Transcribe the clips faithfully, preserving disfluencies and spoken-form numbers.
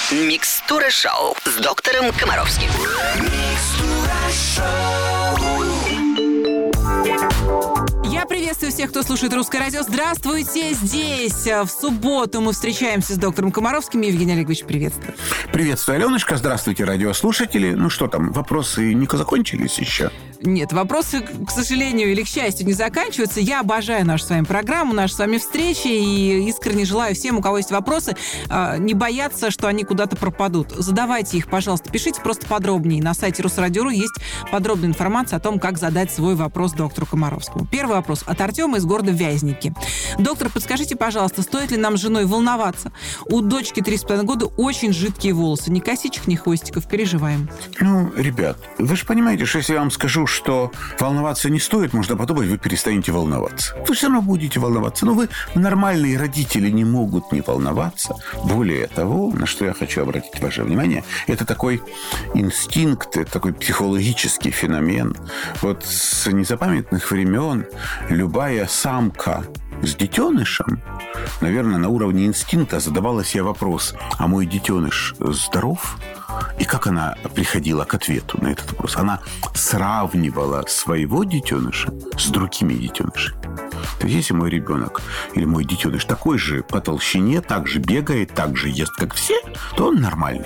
Микстура шоу с доктором Комаровским. Я приветствую всех, кто слушает «Русское радио». Здравствуйте! Здесь в субботу мы встречаемся с доктором Комаровским. Евгений Олегович, приветствую. Приветствую, Аленочка. Здравствуйте, радиослушатели. Ну что там, вопросы не закончились еще? Нет, вопросы, к сожалению или к счастью, не заканчиваются. Я обожаю нашу с вами программу, наши с вами встречи, и искренне желаю всем, у кого есть вопросы, не бояться, что они куда-то пропадут. Задавайте их, пожалуйста, пишите просто подробнее. На сайте Русрадио.ру есть подробная информация о том, как задать свой вопрос доктору Комаровскому. Первый вопрос от Артема из города Вязники. Доктор, подскажите, пожалуйста, стоит ли нам с женой волноваться? У дочки три с половиной года очень жидкие волосы. Ни косичек, ни хвостиков. Переживаем. Ну, ребят, вы же понимаете, что если я вам скажу, что волноваться не стоит, можно подумать, вы перестанете волноваться. Вы все равно будете волноваться. Но вы, нормальные родители, не могут не волноваться. Более того, на что я хочу обратить ваше внимание, это такой инстинкт, это такой психологический феномен. Вот с незапамятных времен любая самка с детенышем, наверное, на уровне инстинкта задавала себе вопрос: а мой детеныш здоров? И как она приходила к ответу на этот вопрос? Она сравнивала своего детеныша с другими детенышами. То есть, если мой ребенок или мой детеныш такой же по толщине, так же бегает, так же ест, как все, то он нормальный.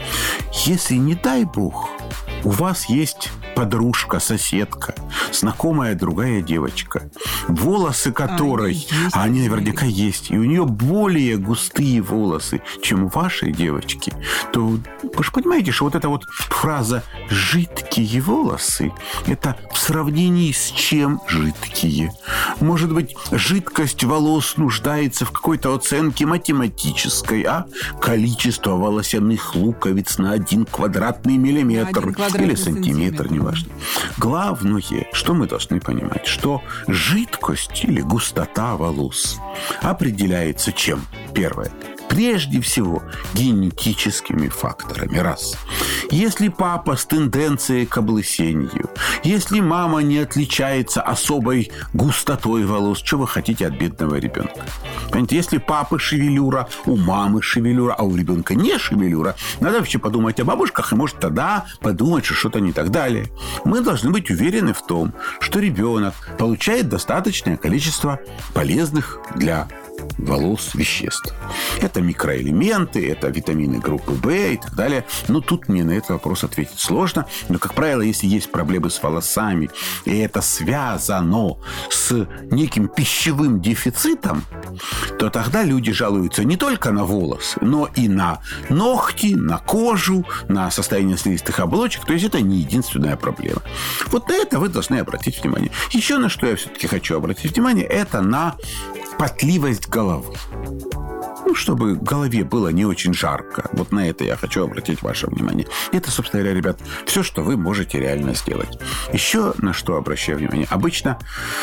Если, не дай бог, у вас есть подружка, соседка, знакомая другая девочка, волосы которой, а они наверняка есть, и у нее более густые волосы, чем у вашей девочки, то вы же понимаете, что вот эта вот фраза «жидкие волосы» – это в сравнении с чем жидкие? Может быть, жидкость волос нуждается в какой-то оценке математической, а количество волосяных луковиц на один квадратный миллиметр один квадратный или сантиметр, не важно. Главное, что мы должны понимать, что жидкость или густота волос определяется чем? Первое. Прежде всего, генетическими факторами. Раз. Если папа с тенденцией к облысению, если мама не отличается особой густотой волос, что вы хотите от бедного ребенка? Понимаете, если папы шевелюра, у мамы шевелюра, а у ребенка не шевелюра, надо вообще подумать о бабушках, и может тогда подумать, что что-то не так далее. Мы должны быть уверены в том, что ребенок получает достаточное количество полезных для волос веществ. Это микроэлементы, это витамины группы В и так далее. Но тут мне на этот вопрос ответить сложно. Но, как правило, если есть проблемы с волосами, и это связано с неким пищевым дефицитом, то тогда люди жалуются не только на волосы, но и на ногти, на кожу, на состояние слизистых оболочек. То есть это не единственная проблема. Вот на это вы должны обратить внимание. Еще на что я все-таки хочу обратить внимание, это на потливость головы. Ну, чтобы голове было не очень жарко. Вот на это я хочу обратить ваше внимание. Это, собственно говоря, ребят, все, что вы можете реально сделать. Еще на что обращаю внимание. Обычно,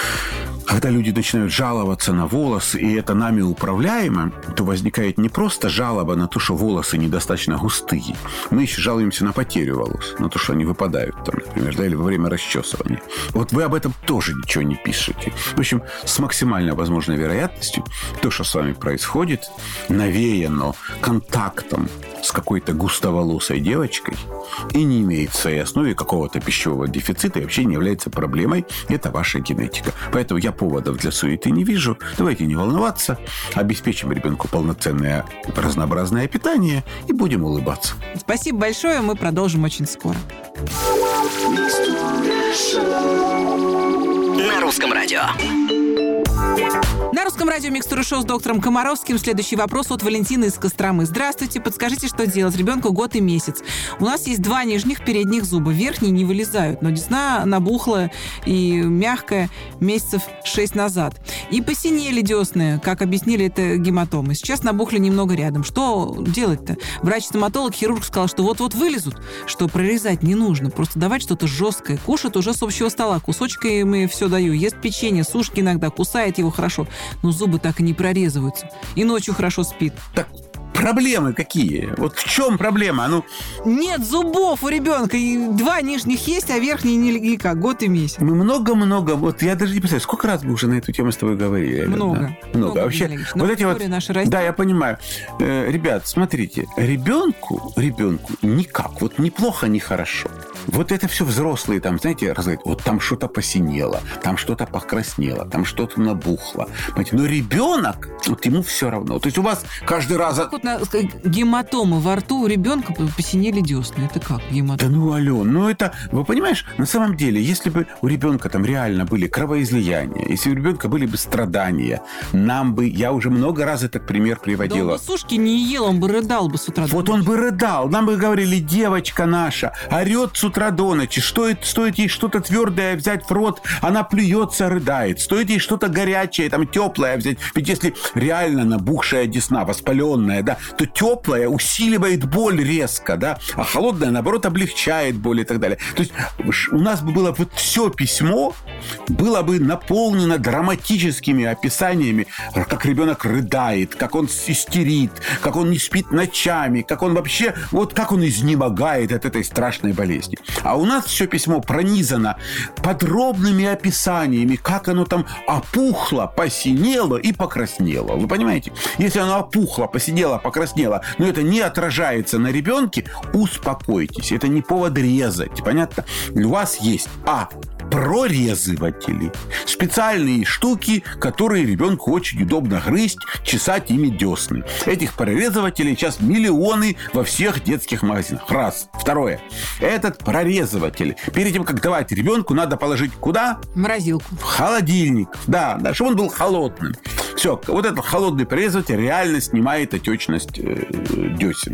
когда люди начинают жаловаться на волосы, и это нами управляемо, то возникает не просто жалоба на то, что волосы недостаточно густые. Мы еще жалуемся на потерю волос, на то, что они выпадают, там, например, да, или во время расчесывания. Вот вы об этом тоже ничего не пишете. В общем, с максимально возможной вероятностью то, что с вами происходит, навеяно контактом с какой-то густоволосой девочкой и не имеет в своей основе какого-то пищевого дефицита и вообще не является проблемой. Это ваша генетика. Поэтому я поводов для суеты не вижу. Давайте не волноваться. Обеспечим ребенку полноценное разнообразное питание и будем улыбаться. Спасибо большое. Мы продолжим очень скоро. На русском радио. На русском радио «Микстура шоу» с доктором Комаровским. Следующий вопрос от Валентины из Костромы. Здравствуйте, подскажите, что делать? Ребенку год и месяц. У нас есть два нижних передних зуба. Верхние не вылезают, но десна набухла и мягкая месяцев шесть назад. И посинели десны, как объяснили, это гематомы. Сейчас набухли немного рядом. Что делать-то? Врач-стоматолог, хирург сказал, что вот-вот вылезут, что прорезать не нужно. Просто давать что-то жесткое. Кушать уже с общего стола. Кусочками все даю. Ест печенье, сушки иногда, кусает его хорошо. Но зубы так и не прорезываются. И ночью хорошо спит. Так, проблемы какие? Вот в чем проблема? Ну, Нет зубов у ребенка. И два нижних есть, а верхний никак. Год и месяц. мы много-много... Вот я даже не представляю, сколько раз мы уже на эту тему с тобой говорили? Алена? Много. Много. Много, Вообще, Евгений Олегович. вот Но эти вот... история наша растет. Да, я понимаю. Э, ребят, смотрите, ребенку, ребенку никак, вот ни плохо, ни хорошо. Вот это все взрослые там, знаете, разговаривают, вот там что-то посинело, там что-то покраснело, там что-то набухло. Понимаете? Но ребенок, вот ему все равно. То есть у вас каждый раз... Как вот на, гематомы во рту у ребенка посинели десны. Это как Да гематомы? ну, Ален, ну это, вы понимаешь, на самом деле, если бы у ребенка там реально были кровоизлияния, если у ребенка были бы страдания, нам бы, я уже много раз этот пример Да он приводила. бы сушки не ел, он бы рыдал бы с утра. до Вот ночи. он бы рыдал. Нам бы говорили, девочка наша орет с утра до ночи. Стоит, стоит ей что-то твердое взять в рот, она плюется, рыдает. Стоит ей что-то горячее, там, теплое взять. Ведь если реально набухшая десна, воспаленная, да, то теплая усиливает боль резко, да, а холодная, наоборот, облегчает боль и так далее. То есть у нас бы было вот все письмо, было бы наполнено драматическими описаниями, как ребенок рыдает, как он истерит, как он не спит ночами, как он вообще, вот как он изнемогает от этой страшной болезни. А у нас все письмо пронизано подробными описаниями, как оно там опухло, посинело и покраснело. Вы понимаете? Если оно опухло, посинело, покраснело, но это не отражается на ребенке, успокойтесь. Это не повод резать. Понятно? У вас есть а прорезыватели. Специальные штуки, которые ребенку очень удобно грызть, чесать ими десны. Этих прорезывателей сейчас миллионы во всех детских магазинах. Раз. Второе. Этот прорезыватель перед тем, как давать ребенку, надо положить куда? В морозилку. В холодильник. Да, да, чтобы он был холодным. Все, вот этот холодный прорезыватель реально снимает отечность э, десен.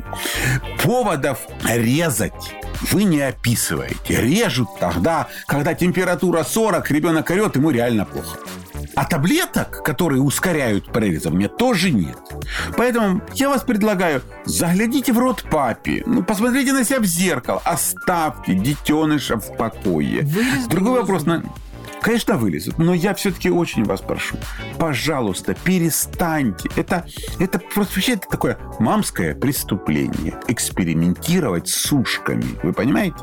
Поводов резать вы не описываете. Режут тогда, когда температура сорок, ребенок орет, ему реально плохо. А таблеток, которые ускоряют прорезывание, тоже нет. Поэтому я вас предлагаю, заглядите в рот папе, ну, посмотрите на себя в зеркало, оставьте детеныша в покое. Вылезут Другой его вопрос... На... Конечно, вылезут, но я все-таки очень вас прошу, пожалуйста, перестаньте. Это, это просто вообще это такое мамское преступление. Экспериментировать с сушками. Вы понимаете?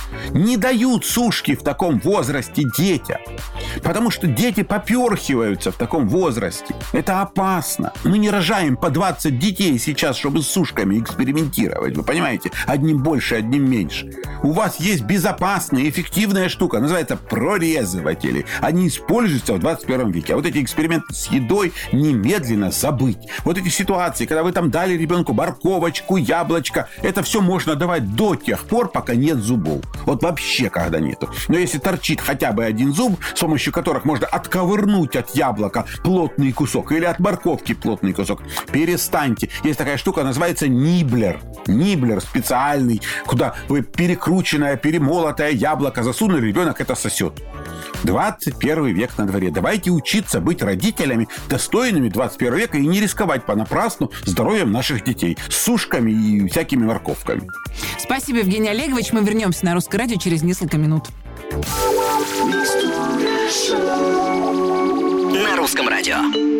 Не дают сушки в таком возрасте детям. Потому что дети поперхиваются в таком возрасте. Это опасно. Мы не рожаем по двадцать детей сейчас, чтобы с сушками экспериментировать. Вы понимаете? Одним больше, одним меньше. У вас есть безопасная, эффективная штука. Называется прорезыватель. Они используются в двадцать первом веке. А вот эти эксперименты с едой немедленно забыть. Вот эти ситуации, когда вы там дали ребенку морковочку, яблочко, это все можно давать до тех пор, пока нет зубов. Вот вообще когда нету. Но если торчит хотя бы один зуб, с помощью которых можно отковырнуть от яблока плотный кусок или от морковки плотный кусок, перестаньте. Есть такая штука, называется ниблер. Ниблер специальный, куда вы перекрученное, перемолотое яблоко засунули, ребенок это сосет. двадцать первый век на дворе. Давайте учиться быть родителями, достойными двадцать первого века и не рисковать понапрасну здоровьем наших детей с сушками и всякими морковками. Спасибо, Евгений Олегович. Мы вернемся на Русское радио через несколько минут. На русском радио.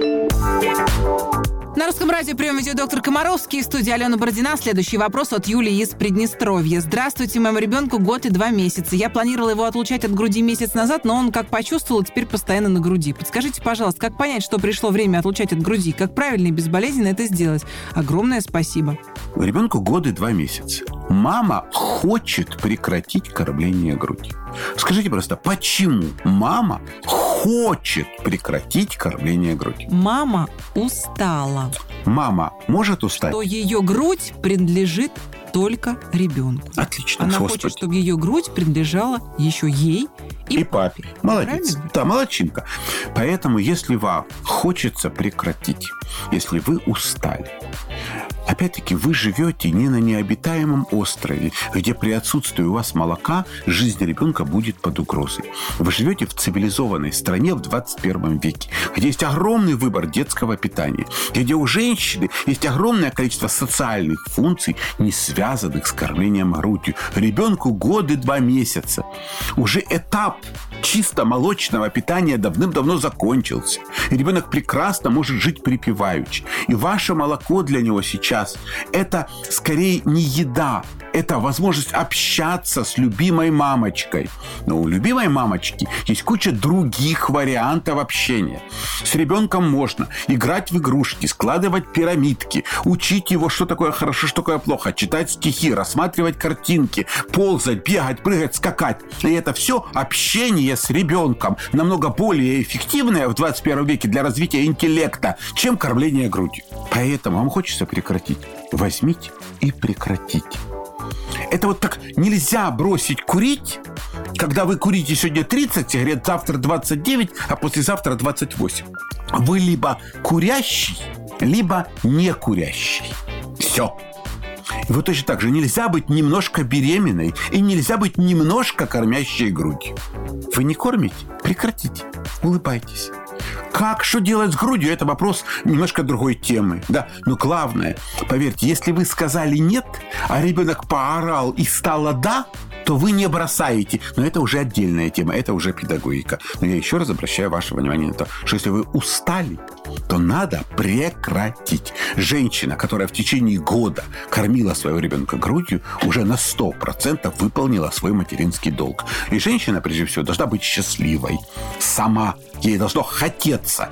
На Русском радио прием ведет доктор Комаровский. В студии Алена Бородина. Следующий вопрос от Юлии из Приднестровья. Здравствуйте, моему ребенку год и два месяца. Я планировала его отлучать от груди месяц назад, но он как почувствовал, теперь постоянно на груди. Подскажите, пожалуйста, как понять, что пришло время отлучать от груди? Как правильно и безболезненно это сделать? Огромное спасибо. Ребенку год и два месяца. Мама хочет прекратить кормление груди. Скажите просто, почему мама хочет прекратить кормление груди? Мама устала. Мама может устать? Что ее грудь принадлежит только ребенку. Отлично, Она Господи. хочет, чтобы ее грудь принадлежала еще ей и, И папе. Молодец. Правильно? Да, молодчинка. Поэтому, если вам хочется прекратить, если вы устали, опять-таки, вы живете не на необитаемом острове, где при отсутствии у вас молока жизнь ребенка будет под угрозой. Вы живете в цивилизованной стране в двадцать первом веке, где есть огромный выбор детского питания, где у женщины есть огромное количество социальных функций, не связанных с кормлением грудью. Ребенку год и два месяца. Уже этап чисто молочного питания давным-давно закончился. И ребенок прекрасно может жить припеваючи. И ваше молоко для него сейчас сейчас. Это скорее не еда, это возможность общаться с любимой мамочкой. Но у любимой мамочки есть куча других вариантов общения. С ребенком можно играть в игрушки, складывать пирамидки, учить его, что такое хорошо, что такое плохо, читать стихи, рассматривать картинки, ползать, бегать, прыгать, скакать. И это все общение с ребенком намного более эффективное в двадцать первом веке для развития интеллекта, чем кормление грудью. Поэтому вам хочется прекратить. Возьмите и прекратите. Это вот так нельзя бросить курить, когда вы курите сегодня тридцать сигарет, завтра двадцать девять, а послезавтра двадцать восемь. Вы либо курящий, либо не курящий. Все. И вот точно так же нельзя быть немножко беременной и нельзя быть немножко кормящей грудью. Вы не кормите? Прекратите. Улыбайтесь. Как, что делать с грудью, это вопрос немножко другой темы. Да? Но главное, поверьте, если вы сказали «нет», а ребенок поорал и стало «да», то вы не бросаете. Но это уже отдельная тема, это уже педагогика. Но я еще раз обращаю ваше внимание на то, что если вы устали, то надо прекратить. Женщина, которая в течение года кормила своего ребенка грудью, уже на сто процентов выполнила свой материнский долг. И женщина, прежде всего, должна быть счастливой сама. Ей должно хотеться.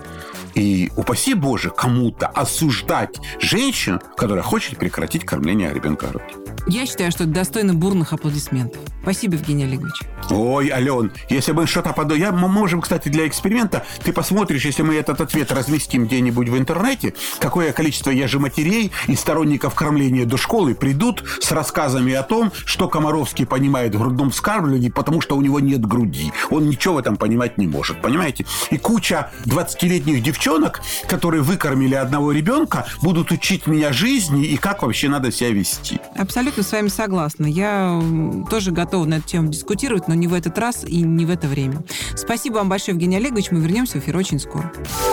И упаси Боже кому-то осуждать женщину, которая хочет прекратить кормление ребенка грудью. Я считаю, что это достойно бурных аплодисментов. Спасибо, Евгений Олегович. Ой, Ален, если мы что-то подумаем... Я, мы можем, кстати, для эксперимента, ты посмотришь, если мы этот ответ разместим где-нибудь в интернете, какое количество ежематерей и сторонников кормления до школы придут с рассказами о том, что Комаровский понимает в грудном вскармливании, потому что у него нет груди. Он ничего в этом понимать не может, понимаете? И куча двадцатилетних девчонок, которые выкормили одного ребенка, будут учить меня жизни и как вообще надо себя вести. Абсолютно с вами согласна. Я тоже готова на эту тему дискутировать, но не в этот раз и не в это время. Спасибо вам большое, Евгений Олегович. Мы вернемся в эфир очень скоро.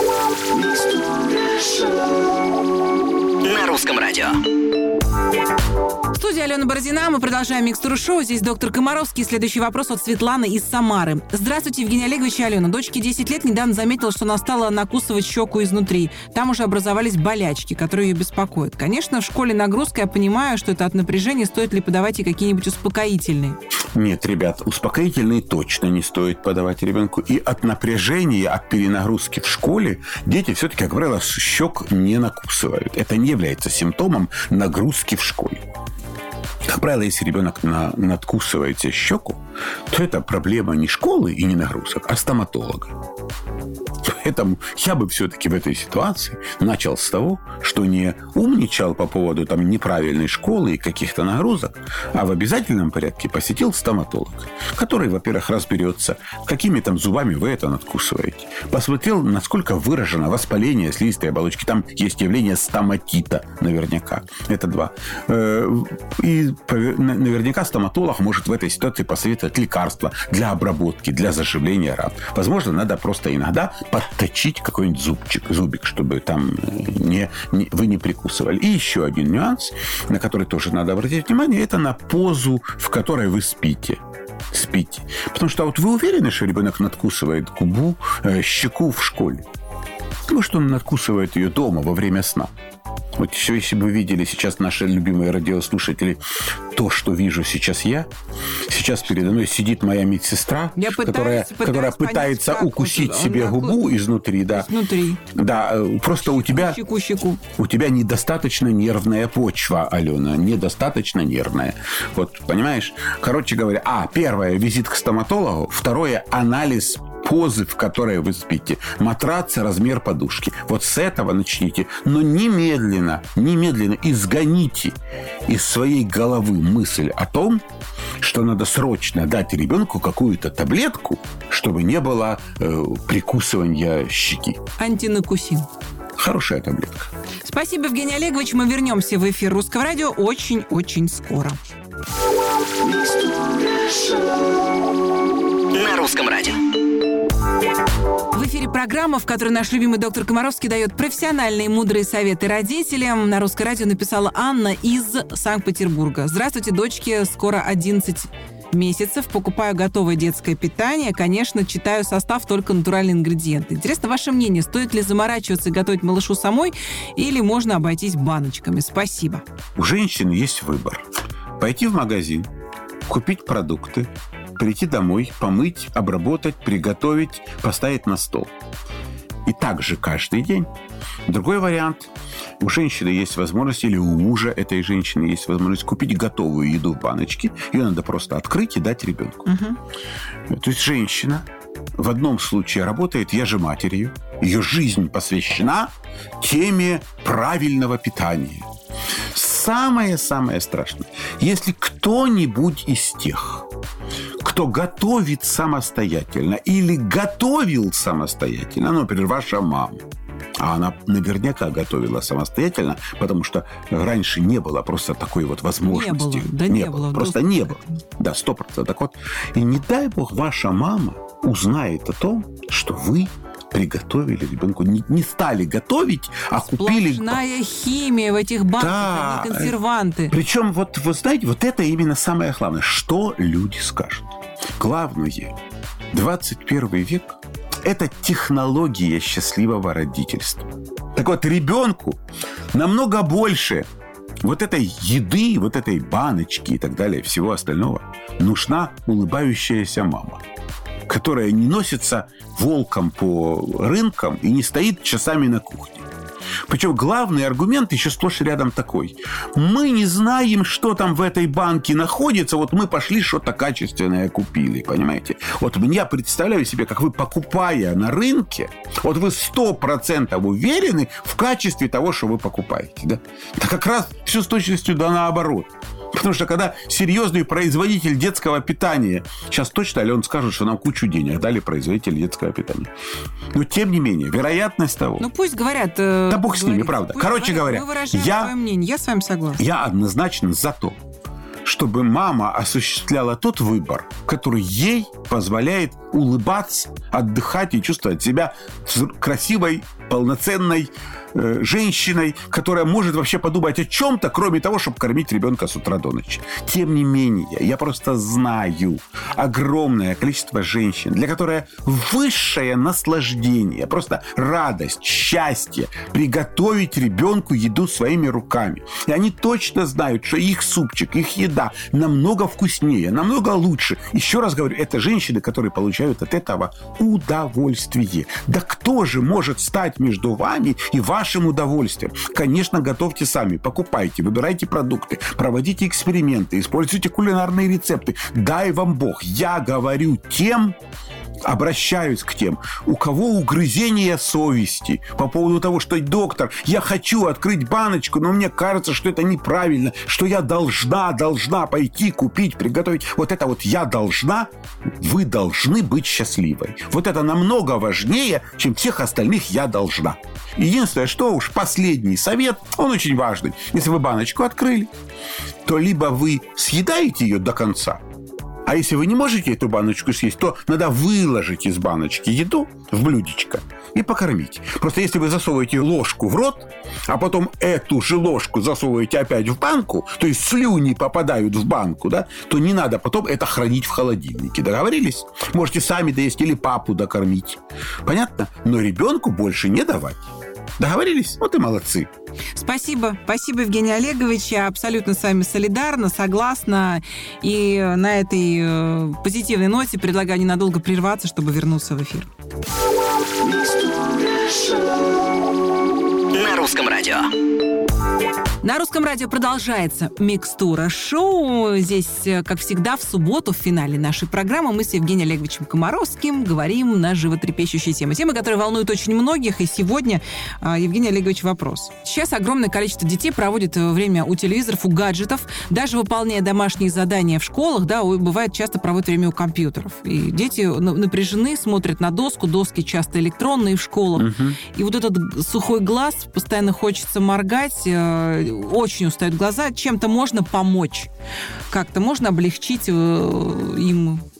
На русском радио. В студии Алена Бородина. Мы продолжаем «Микстуру шоу». Здесь доктор Комаровский. Следующий вопрос от Светланы из Самары. Здравствуйте, Евгений Олегович и Алена. Дочке десять лет, недавно заметила, что она стала накусывать щеку изнутри. Там уже образовались болячки, которые ее беспокоят. Конечно, в школе нагрузка. Я понимаю, что это от напряжения. Стоит ли подавать ей какие-нибудь успокоительные? Нет, ребят, успокоительные точно не стоит подавать ребенку. И от напряжения, от перенагрузки в школе дети все-таки, как правило, щек не накусывают. Это не является симптомом нагрузки в школе. Как правило, если ребенок на, надкусывает себе щеку, то это проблема не школы и не нагрузок, а стоматолога. Поэтому я бы все-таки в этой ситуации начал с того, что не умничал по поводу там, неправильной школы и каких-то нагрузок, а в обязательном порядке посетил стоматолога, который, во-первых, разберется, какими там зубами вы это надкусываете. Посмотрел, насколько выражено воспаление слизистой оболочки. Там есть явление стоматита наверняка. Это два. И наверняка стоматолог может в этой ситуации посоветовать лекарства для обработки, для заживления ран. Возможно, надо просто иногда подточить какой-нибудь зубчик, зубик, чтобы там не, не, вы не прикусывали. И еще один нюанс, на который тоже надо обратить внимание, это на позу, в которой вы спите. Спите. Потому что вот вы уверены, что ребенок надкусывает губу, э, щеку в школе? Потому что он надкусывает ее дома во время сна. Вот еще, если бы вы видели сейчас наши любимые радиослушатели, то, что вижу сейчас я. Сейчас передо мной сидит моя медсестра, я пытаюсь, которая, пытаюсь которая пытается понять, укусить себе он губу накус... изнутри. Да. Изнутри. Да, просто у тебя, щеку, щеку. у тебя недостаточно нервная почва, Алена. Недостаточно нервная. Вот, понимаешь? Короче говоря, а, первое, визит к стоматологу. Второе, анализ позы, в которой вы спите. Матрац, размер подушки. Вот с этого начните. Но немедленно, немедленно изгоните из своей головы мысль о том, что надо срочно дать ребенку какую-то таблетку, чтобы не было э, прикусывания щеки. Антинакусин. Хорошая таблетка. Спасибо, Евгений Олегович. Мы вернемся в эфир Русского радио очень-очень скоро. На русском радио. В эфире программа, в которой наш любимый доктор Комаровский дает профессиональные мудрые советы родителям. На Русское радио написала Анна из Санкт-Петербурга. Здравствуйте, дочке, скоро одиннадцать месяцев, покупаю готовое детское питание. Конечно, читаю состав, только натуральные ингредиенты. Интересно ваше мнение, стоит ли заморачиваться и готовить малышу самой, или можно обойтись баночками? Спасибо. У женщины есть выбор. Пойти в магазин, купить продукты, прийти домой, помыть, обработать, приготовить, поставить на стол. И так же каждый день. Другой вариант. У женщины есть возможность, или у мужа этой женщины есть возможность купить готовую еду в баночке. Ее надо просто открыть и дать ребенку. Угу. То есть женщина в одном случае работает, я же матерью. Ее жизнь посвящена теме правильного питания. Самое-самое страшное. Если кто-нибудь из тех, кто готовит самостоятельно или готовил самостоятельно, ну, например, ваша мама, а она наверняка готовила самостоятельно, потому что раньше не было просто такой вот возможности. Не было, да не, не было. Просто не было. Да, сто процентов. Так вот, и не дай бог ваша мама узнает о том, что вы приготовили ребенку. Не, не стали готовить, а купили... Сплошная химия в этих банках, да. Они консерванты. Причем, вот вы знаете, вот это именно самое главное. Что люди скажут? Главное, двадцать первый век – это технология счастливого родительства. Так вот, ребенку намного больше вот этой еды, вот этой баночки и так далее, всего остального, нужна улыбающаяся мама, которая не носится волком по рынкам и не стоит часами на кухне. Причем главный аргумент еще сплошь и рядом такой. Мы не знаем, что там в этой банке находится, вот мы пошли что-то качественное купили, понимаете? Вот я представляю себе, как вы, покупая на рынке, вот вы сто процентов уверены в качестве того, что вы покупаете. Да? Это как раз все с точностью да наоборот. Потому что когда серьезный производитель детского питания, сейчас точно ли он скажет, что нам кучу денег дали производители детского питания. Но тем не менее, вероятность того... Ну пусть говорят... Э, да бог с ними, правда. Короче говоря, мы выражаем я, свое мнение. Я с вами согласна. Я однозначно за то, чтобы мама осуществляла тот выбор, который ей позволяет улыбаться, отдыхать и чувствовать себя красивой, полноценной э, женщиной, которая может вообще подумать о чем-то, кроме того, чтобы кормить ребенка с утра до ночи. Тем не менее, я просто знаю огромное количество женщин, для которых высшее наслаждение, просто радость, счастье приготовить ребенку еду своими руками. И они точно знают, что их супчик, их еда намного вкуснее, намного лучше. Еще раз говорю, это женщины, которые получают от этого удовольствие. Да кто же может стать между вами и вашим удовольствием? Конечно, готовьте сами, покупайте, выбирайте продукты, проводите эксперименты, используйте кулинарные рецепты. Дай вам Бог. Я говорю тем, обращаюсь к тем, у кого угрызение совести по поводу того, что доктор, я хочу открыть баночку, но мне кажется, что это неправильно, что я должна, должна пойти купить, приготовить. Вот это вот я должна, вы должны быть счастливой. Вот это намного важнее, чем всех остальных я должна. Единственное, что уж последний совет, он очень важный. Если вы баночку открыли, то либо вы съедаете ее до конца, а если вы не можете эту баночку съесть, то надо выложить из баночки еду в блюдечко и покормить. Просто если вы засовываете ложку в рот, а потом эту же ложку засовываете опять в банку, то есть слюни попадают в банку, да, то не надо потом это хранить в холодильнике. Договорились? Можете сами доесть или папу докормить. Понятно? Но ребенку больше не давать. Договорились? Вот и молодцы. Спасибо. Спасибо, Евгений Олегович. Я абсолютно с вами солидарна, согласна. И на этой э, позитивной ноте предлагаю ненадолго прерваться, чтобы вернуться в эфир. На русском радио. На русском радио продолжается «Микстура шоу». Здесь, как всегда, в субботу, в финале нашей программы, мы с Евгением Олеговичем Комаровским говорим на животрепещущие темы. Темы, которые волнуют очень многих. И сегодня, Евгений Олегович, вопрос. Сейчас огромное количество детей проводит время у телевизоров, у гаджетов. Даже выполняя домашние задания в школах, да, бывает, часто проводят время у компьютеров. И дети напряжены, смотрят на доску. Доски часто электронные в школах. Угу. И вот этот сухой глаз, постоянно хочется моргать, очень устают глаза, чем-то можно помочь, как-то можно облегчить им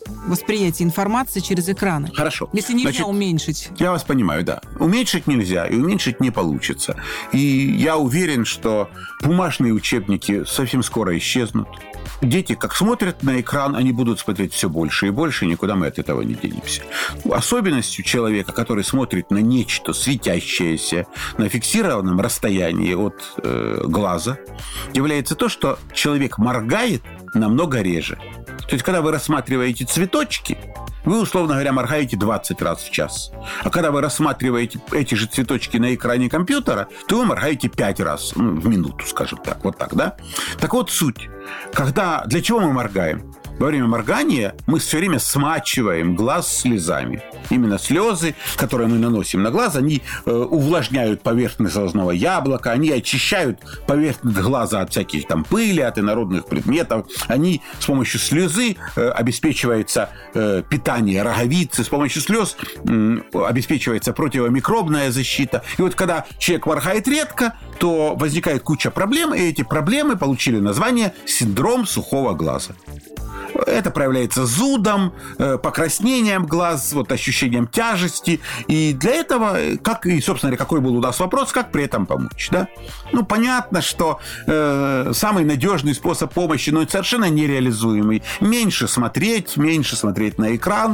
восприятия информации через экраны? Хорошо. Если нельзя Значит, уменьшить. Я вас понимаю, да. Уменьшить нельзя, и уменьшить не получится. И я уверен, что бумажные учебники совсем скоро исчезнут. Дети, как смотрят на экран, они будут смотреть все больше и больше, и никуда мы от этого не денемся. Особенностью человека, который смотрит на нечто светящееся на фиксированном расстоянии от э, глаза, является то, что человек моргает намного реже. То есть, когда вы рассматриваете цветочки, вы, условно говоря, моргаете двадцать раз в час. А когда вы рассматриваете эти же цветочки на экране компьютера, то вы моргаете пять раз, ну, в минуту, скажем так. Вот так, да? Так вот суть. Когда... Для чего мы моргаем? Во время моргания мы все время смачиваем глаз слезами. Именно слезы, которые мы наносим на глаз, они э, увлажняют поверхность глазного яблока, они очищают поверхность глаза от всяких там пыли, от инородных предметов. Они с помощью слезы э, обеспечивается э, питание роговицы, с помощью слез э, обеспечивается противомикробная защита. И вот когда человек моргает редко, то возникает куча проблем, и эти проблемы получили название синдром сухого глаза. Это проявляется зудом, покраснением глаз, вот, ощущением тяжести. И для этого, как и, собственно, какой был у нас вопрос, как при этом помочь, да? Ну, понятно, что э, самый надежный способ помощи, но совершенно нереализуемый. Меньше смотреть, меньше смотреть на экран.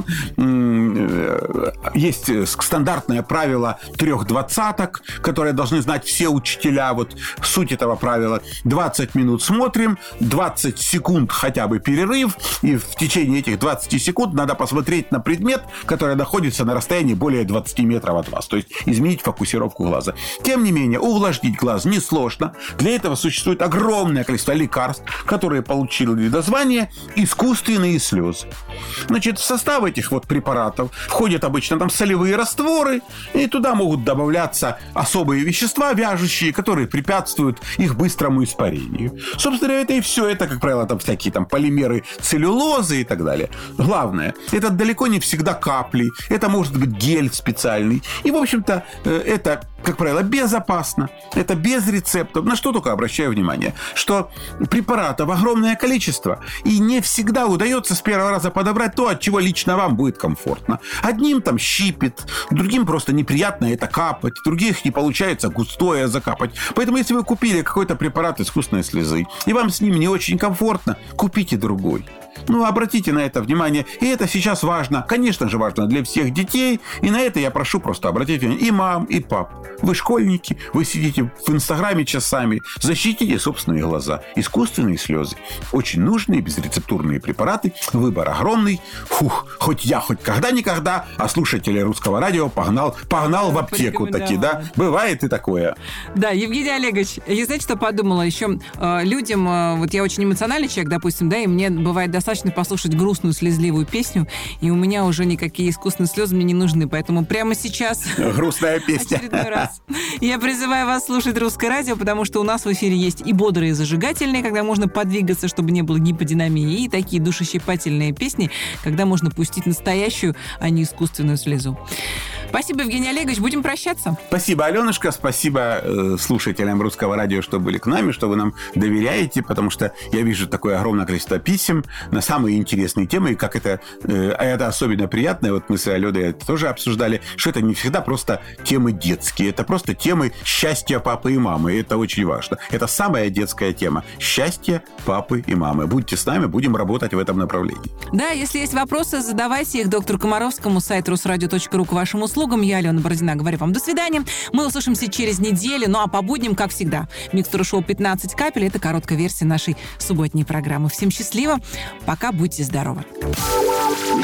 Есть стандартное правило трех двадцаток, которое должны знать все учителя. Вот суть этого правила. двадцать минут смотрим, двадцать секунд хотя бы перерыв, и в течение этих двадцати секунд надо посмотреть на предмет, который находится на расстоянии более двадцати метров от вас. То есть изменить фокусировку глаза. Тем не менее, увлажнить глаз несложно. Для этого существует огромное количество лекарств, которые получили название искусственные слезы. Значит, в состав этих вот препаратов входят обычно там солевые растворы, и туда могут добавляться особые вещества, вяжущие, которые препятствуют их быстрому испарению. Собственно, это и все. Это, как правило, там всякие там полимеры целлюлозы и так далее. Главное, это далеко не всегда капли, это может быть гель специальный. И, в общем-то, это, как правило, безопасно, это без рецептов. На что только обращаю внимание, что препаратов огромное количество, и не всегда удается с первого раза подобрать то, от чего лично вам будет комфортно. Одним там щипит, другим просто неприятно это капать, других не получается густое закапать. Поэтому, если вы купили какой-то препарат искусственной слезы, и вам с ним не очень комфортно, купите другой. Ну, обратите на это внимание. И это сейчас важно. Конечно же, важно для всех детей. И на это я прошу просто обратить внимание и мам, и пап. Вы школьники, вы сидите в Инстаграме часами. Защитите собственные глаза. Искусственные слезы. Очень нужные безрецептурные препараты. Выбор огромный. Фух, хоть я, хоть когда-никогда, а слушатели Русского радио погнал, погнал в аптеку таки, да? Бывает и такое. Да, Евгений Олегович, я, знаете, что подумала? Еще э, людям, э, вот я очень эмоциональный человек, допустим, да, и мне бывает достаточно послушать грустную, слезливую песню, и у меня уже никакие искусственные слезы мне не нужны, поэтому прямо сейчас... Грустная песня. Очередной раз. Я призываю вас слушать Русское радио, потому что у нас в эфире есть и бодрые, и зажигательные, когда можно подвигаться, чтобы не было гиподинамии, и такие душещипательные песни, когда можно пустить настоящую, а не искусственную слезу. Спасибо, Евгений Олегович. Будем прощаться. Спасибо, Аленушка. Спасибо э, слушателям Русского радио, что были к нами, что вы нам доверяете, потому что я вижу такое огромное количество писем на самые интересные темы, и как это, э, а это особенно приятно, вот мы с Аленой это тоже обсуждали, что это не всегда просто темы детские, это просто темы счастья папы и мамы, и это очень важно. Это самая детская тема. Счастье папы и мамы. Будьте с нами, будем работать в этом направлении. Да, если есть вопросы, задавайте их доктору Комаровскому, сайт русрадио точка ру к вашим услугам. Я, Алена Бородина, говорю вам до свидания. Мы услышимся через неделю, ну а по будням, как всегда, Микстура шоу пятнадцать капель. Это короткая версия нашей субботней программы. Всем счастливо. Пока, будьте здоровы.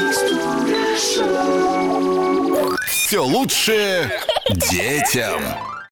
Все лучше детям.